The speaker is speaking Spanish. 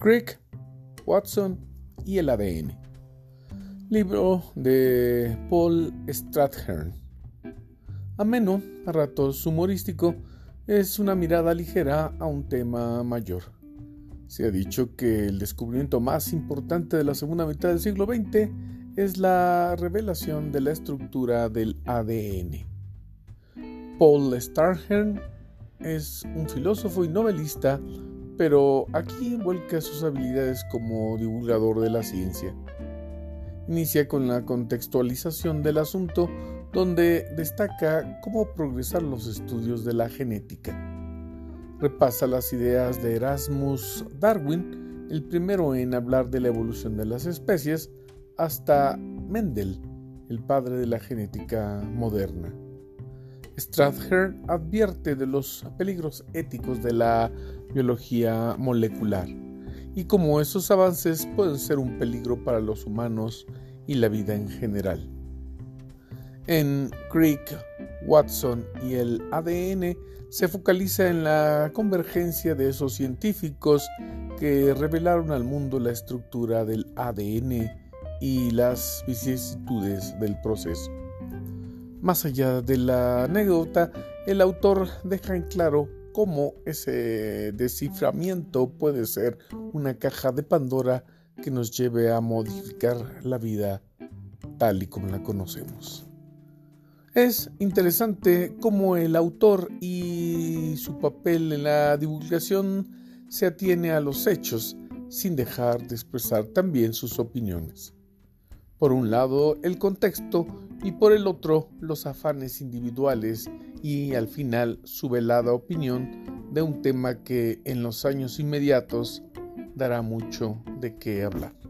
Crick, Watson y el ADN. Libro de Paul Strathairn. Ameno, a ratos humorístico, es una mirada ligera a un tema mayor. Se ha dicho que el descubrimiento más importante de la segunda mitad del siglo XX es la revelación de la estructura del ADN. Paul Strathairn es un filósofo y novelista, pero aquí vuelca sus habilidades como divulgador de la ciencia. Inicia con la contextualización del asunto, donde destaca cómo progresar los estudios de la genética. Repasa las ideas de Erasmus Darwin, el primero en hablar de la evolución de las especies, hasta Mendel, el padre de la genética moderna. Strathairn advierte de los peligros éticos de la biología molecular y cómo esos avances pueden ser un peligro para los humanos y la vida en general. En Crick, Watson y el ADN se focaliza en la convergencia de esos científicos que revelaron al mundo la estructura del ADN y las vicisitudes del proceso. Más allá de la anécdota, el autor deja en claro cómo ese desciframiento puede ser una caja de Pandora que nos lleve a modificar la vida tal y como la conocemos. Es interesante cómo el autor y su papel en la divulgación se atiene a los hechos sin dejar de expresar también sus opiniones. Por un lado, el contexto y por el otro, los afanes individuales y al final su velada opinión de un tema que en los años inmediatos dará mucho de qué hablar.